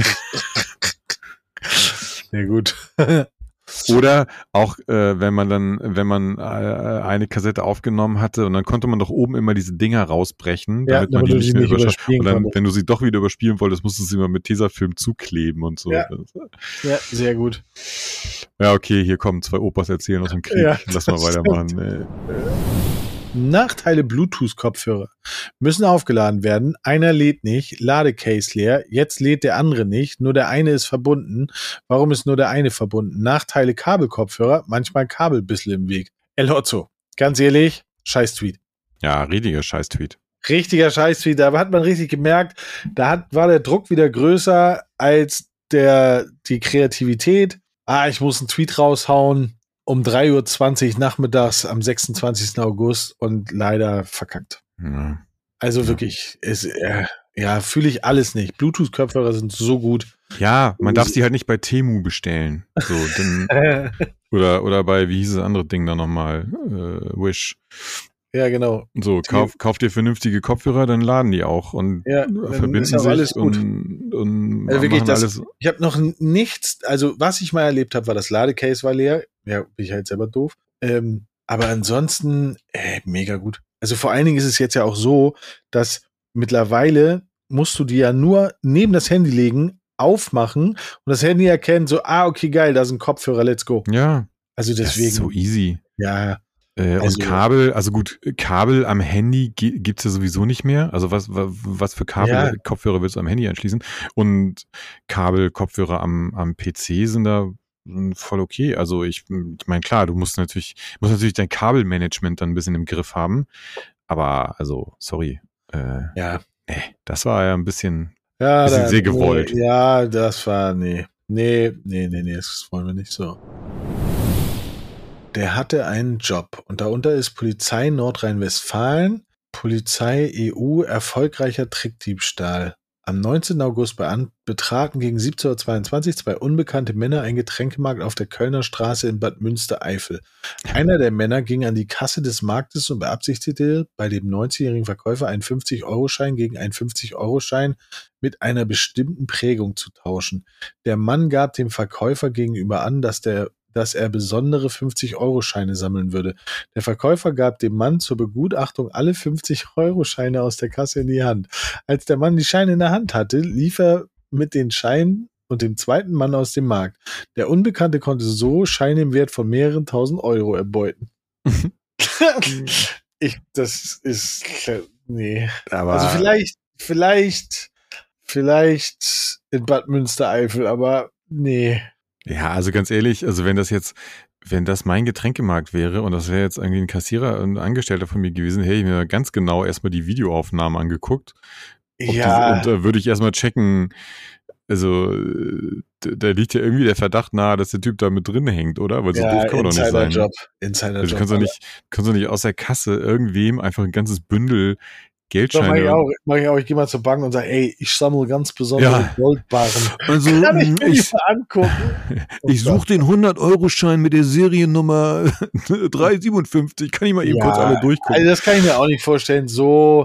Ja, gut. Oder auch, wenn man eine Kassette aufgenommen hatte und dann konnte man doch oben immer diese Dinger rausbrechen, damit man die nicht mehr überspielen und dann, wenn du sie doch wieder überspielen wolltest, musstest du sie immer mit Tesafilm zukleben und so. Ja, sehr gut. Ja, okay, hier kommen 2 Opas erzählen aus dem Krieg. Ja, lass mal weitermachen. Nachteile Bluetooth-Kopfhörer. Müssen aufgeladen werden. Einer lädt nicht, Ladecase leer. Jetzt lädt der andere nicht. Nur der eine ist verbunden. Warum ist nur der eine verbunden? Nachteile Kabelkopfhörer. Manchmal Kabel ein bisschen im Weg. El Hotzo. Ganz ehrlich, Scheiß-Tweet. Ja, richtiger Scheiß-Tweet. Richtiger Scheiß-Tweet. Da hat man richtig gemerkt, war der Druck wieder größer als die Kreativität. Ich muss einen Tweet raushauen. Um 3:20 Uhr nachmittags am 26. August und leider verkackt. Ja. Also wirklich, fühle ich alles nicht. Bluetooth-Kopfhörer sind so gut. Ja, man darf sie halt nicht bei Temu bestellen. So, dann, oder bei, wie hieß das andere Ding da nochmal? Wish. Ja, genau. So, kauf dir vernünftige Kopfhörer, dann laden die auch und verbinden sich alles gut. und also wirklich, alles. Ich habe noch nichts, also was ich mal erlebt habe, war das Ladecase war leer. Ja, bin ich halt selber doof. Aber ansonsten, mega gut. Also vor allen Dingen ist es jetzt ja auch so, dass mittlerweile musst du die ja nur neben das Handy legen, aufmachen und das Handy erkennt so, okay, geil, da sind Kopfhörer, let's go. Ja. Also deswegen. Das ist so easy. Ja. Und Kabel, also gut, Kabel am Handy gibt's ja sowieso nicht mehr. Also was für Kabel, Kopfhörer willst du am Handy anschließen? Und Kabel, Kopfhörer am PC sind da voll okay. Also ich meine, klar, du musst natürlich dein Kabelmanagement dann ein bisschen im Griff haben. Aber, also, sorry. Das war ja ein bisschen sehr gewollt. Ja, das war, nee, das wollen wir nicht so. Der hatte einen Job und darunter ist Polizei Nordrhein-Westfalen, Polizei EU, erfolgreicher Trickdiebstahl. Am 19. August betraten gegen 17:22 Uhr 2 unbekannte Männer einen Getränkemarkt auf der Kölner Straße in Bad Münstereifel. Einer der Männer ging an die Kasse des Marktes und beabsichtigte, bei dem 90-jährigen Verkäufer einen 50-Euro-Schein gegen einen 50-Euro-Schein mit einer bestimmten Prägung zu tauschen. Der Mann gab dem Verkäufer gegenüber an, dass er besondere 50-Euro-Scheine sammeln würde. Der Verkäufer gab dem Mann zur Begutachtung alle 50-Euro-Scheine aus der Kasse in die Hand. Als der Mann die Scheine in der Hand hatte, lief er mit den Scheinen und dem zweiten Mann aus dem Markt. Der Unbekannte konnte so Scheine im Wert von mehreren tausend Euro erbeuten. Nee. Aber also vielleicht in Bad Münstereifel, aber nee. Ja, also ganz ehrlich, also wenn das mein Getränkemarkt wäre und das wäre jetzt irgendwie ein Kassierer, ein Angestellter von mir gewesen, hätte ich mir ganz genau erstmal die Videoaufnahmen angeguckt. Und da würde ich erstmal checken, also da liegt ja irgendwie der Verdacht nahe, dass der Typ da mit drin hängt, oder? Weil so doof kann man doch nicht sein. Insiderjob. Also kannst du nicht aus der Kasse irgendwem einfach ein ganzes Bündel Geldscheine. Mach ich auch. Ich gehe mal zur Bank und sage, ey, ich sammle ganz besondere Goldbarren. Also, kann ich mir nicht mal angucken. Ich suche den 100-Euro-Schein mit der Seriennummer 357. Kann ich mal eben kurz alle durchgucken? Also das kann ich mir auch nicht vorstellen. So.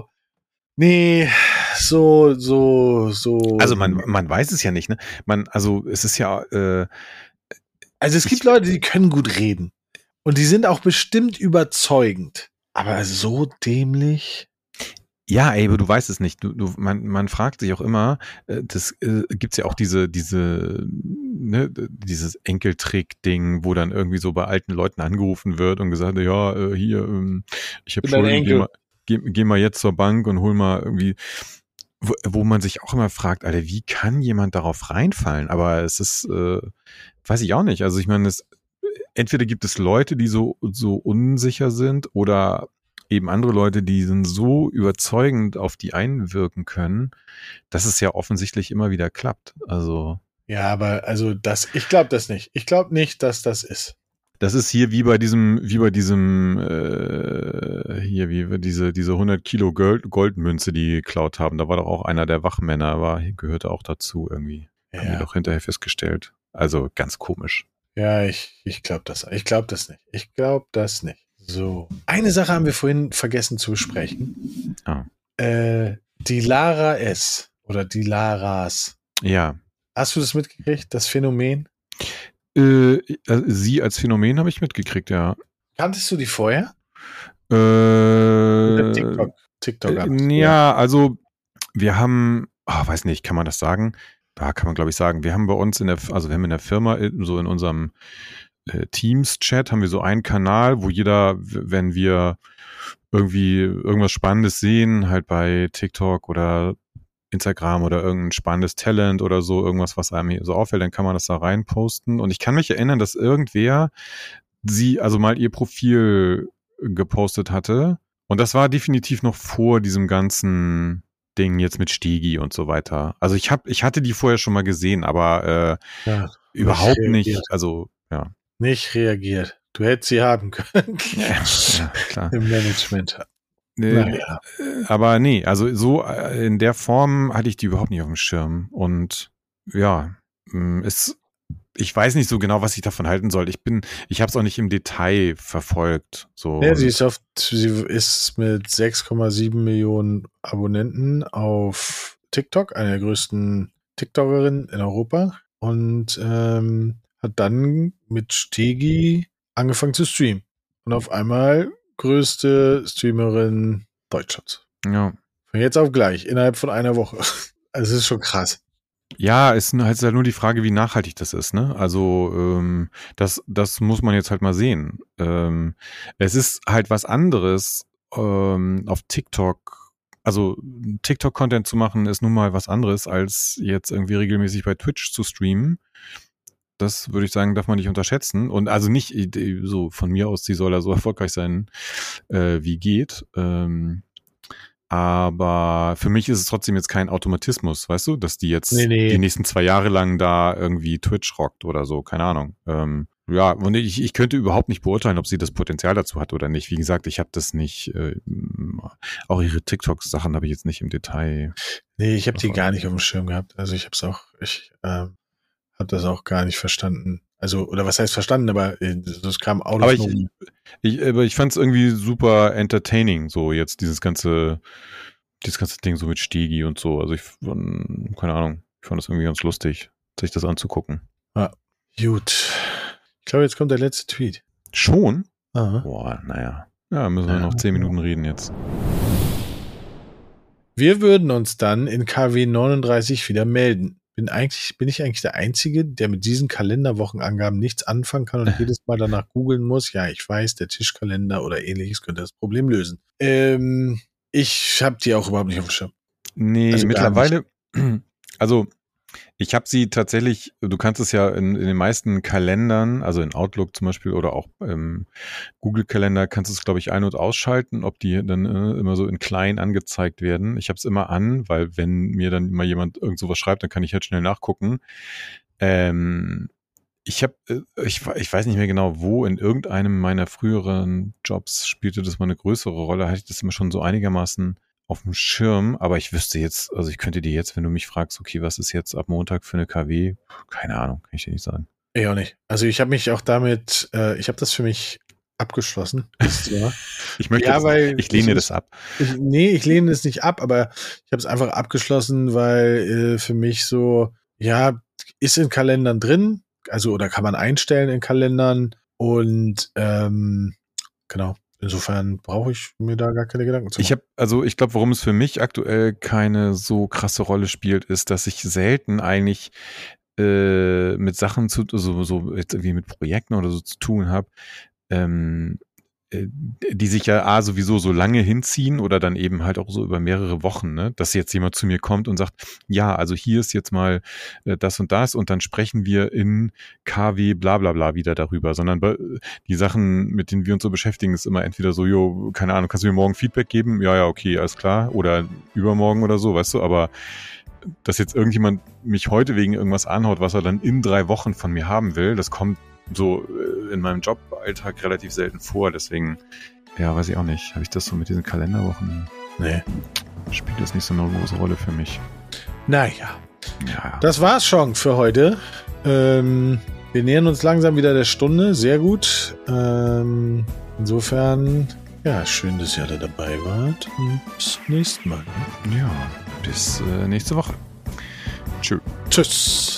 Also man weiß es ja nicht, ne? Es ist ja. Also es gibt Leute, die können gut reden. Und die sind auch bestimmt überzeugend. Aber so dämlich. Ja, ey, aber du weißt es nicht. Man fragt sich auch immer, gibt's ja auch dieses Enkeltrick-Ding, wo dann irgendwie so bei alten Leuten angerufen wird und gesagt, ja, hier, ich habe Schulden, geh mal jetzt zur Bank und hol mal irgendwie, wo man sich auch immer fragt, Alter, wie kann jemand darauf reinfallen? Aber es ist, weiß ich auch nicht. Also ich meine, entweder gibt es Leute, die so unsicher sind oder eben andere Leute, die sind so überzeugend auf die einwirken können, dass es ja offensichtlich immer wieder klappt. Also. Ja, aber ich glaube das nicht. Ich glaube nicht, dass das ist. Das ist hier wie bei diese 100 Kilo Goldmünze, die geklaut haben. Da war doch auch einer der Wachmänner, gehörte auch dazu irgendwie. Ja. Haben wir doch hinterher festgestellt. Also ganz komisch. Ja, ich glaube das. Ich glaube das nicht. So. Eine Sache haben wir vorhin vergessen zu besprechen. Ah. Die Lara S. Oder die Laras. Ja. Hast du das mitgekriegt, das Phänomen? Sie als Phänomen habe ich mitgekriegt, ja. Kanntest du die vorher? TikTok. Ja, also wir haben, weiß nicht, kann man das sagen? Da kann man, glaube ich, sagen. Wir haben bei uns wir haben in der Firma, so in unserem Teams-Chat, haben wir so einen Kanal, wo jeder, wenn wir irgendwie irgendwas Spannendes sehen, halt bei TikTok oder Instagram oder irgendein spannendes Talent oder so, irgendwas, was einem hier so auffällt, dann kann man das da rein posten. Und ich kann mich erinnern, dass irgendwer mal ihr Profil gepostet hatte. Und das war definitiv noch vor diesem ganzen Ding jetzt mit Stegi und so weiter. Also ich hatte die vorher schon mal gesehen, aber überhaupt nicht. Also, ja. Nicht reagiert. Du hättest sie haben können. Ja, klar. Im Management. Naja. Aber nee, also so in der Form hatte ich die überhaupt nicht auf dem Schirm. Und ja, ich weiß nicht so genau, was ich davon halten soll. Ich habe es auch nicht im Detail verfolgt. So. Ja, sie ist mit 6,7 Millionen Abonnenten auf TikTok, eine der größten TikTokerinnen in Europa, und hat dann mit Stegi angefangen zu streamen. Und auf einmal größte Streamerin Deutschlands. Ja. Von jetzt auf gleich, innerhalb von einer Woche. Also es ist schon krass. Ja, es ist halt nur die Frage, wie nachhaltig das ist, ne? Also das muss man jetzt halt mal sehen. Es ist halt was anderes auf TikTok. Also TikTok-Content zu machen ist nun mal was anderes, als jetzt irgendwie regelmäßig bei Twitch zu streamen. Das würde ich sagen, darf man nicht unterschätzen. Und also nicht so von mir aus, sie soll da so erfolgreich sein, wie geht. Aber für mich ist es trotzdem jetzt kein Automatismus, weißt du, dass die jetzt die nächsten 2 Jahre lang da irgendwie Twitch rockt oder so, keine Ahnung. Ja, und ich könnte überhaupt nicht beurteilen, ob sie das Potenzial dazu hat oder nicht. Wie gesagt, ich habe das nicht, auch ihre TikTok-Sachen habe ich jetzt nicht im Detail. Nee, ich habe die gar nicht auf dem Schirm gehabt. Also ich habe das auch gar nicht verstanden. Also, oder was heißt verstanden, aber das kam auch noch. Aber ich fand es irgendwie super entertaining, so jetzt dieses ganze Ding so mit Stegi und so. Also keine Ahnung, ich fand das irgendwie ganz lustig, sich das anzugucken. Ah, gut. Ich glaube, jetzt kommt der letzte Tweet. Schon? Aha. Boah, naja. Ja, müssen wir noch 10 Minuten reden jetzt. Wir würden uns dann in KW 39 wieder melden. Bin ich eigentlich der Einzige, der mit diesen Kalenderwochenangaben nichts anfangen kann und jedes Mal danach googeln muss? Ja, ich weiß, der Tischkalender oder ähnliches könnte das Problem lösen. Ich habe die auch überhaupt nicht auf dem Schirm. Nee, also mittlerweile, also ich habe sie tatsächlich, du kannst es ja in den meisten Kalendern, also in Outlook zum Beispiel oder auch im Google-Kalender, kannst du es, glaube ich, ein- und ausschalten, ob die dann immer so in klein angezeigt werden. Ich habe es immer an, weil wenn mir dann mal jemand irgend sowas schreibt, dann kann ich halt schnell nachgucken. Ich weiß nicht mehr genau, wo, in irgendeinem meiner früheren Jobs spielte das mal eine größere Rolle, hatte ich das immer schon so einigermaßen auf dem Schirm, aber ich wüsste jetzt, also ich könnte dir jetzt, wenn du mich fragst, okay, was ist jetzt ab Montag für eine KW? Keine Ahnung, kann ich dir nicht sagen. Ich auch nicht. Also ich habe mich auch damit, ich habe das für mich abgeschlossen. Ich lehne das ab. Ich lehne es nicht ab, aber ich habe es einfach abgeschlossen, weil für mich so, ja, ist in Kalendern drin, also oder kann man einstellen in Kalendern und genau. Insofern brauche ich mir da gar keine Gedanken zu machen. Ich glaube, warum es für mich aktuell keine so krasse Rolle spielt, ist, dass ich selten eigentlich mit Sachen so jetzt irgendwie mit Projekten oder so zu tun habe, die sich ja sowieso so lange hinziehen oder dann eben halt auch so über mehrere Wochen, ne? Dass jetzt jemand zu mir kommt und sagt, ja, also hier ist jetzt mal das und dann sprechen wir in KW bla bla bla wieder darüber, sondern die Sachen, mit denen wir uns so beschäftigen, ist immer entweder so, keine Ahnung, kannst du mir morgen Feedback geben? Ja, okay, alles klar. Oder übermorgen oder so, weißt du, aber dass jetzt irgendjemand mich heute wegen irgendwas anhaut, was er dann in 3 Wochen von mir haben will, das kommt so in meinem Joballtag relativ selten vor, deswegen, ja, weiß ich auch nicht. Habe ich das so mit diesen Kalenderwochen? Nee. Spielt das nicht so eine große Rolle für mich. Naja. Ja. Das war's schon für heute. Wir nähern uns langsam wieder der Stunde. Sehr gut. Insofern, ja, schön, dass ihr alle dabei wart und bis zum nächsten Mal. Ja, bis nächste Woche. Tschüss. Tschüss.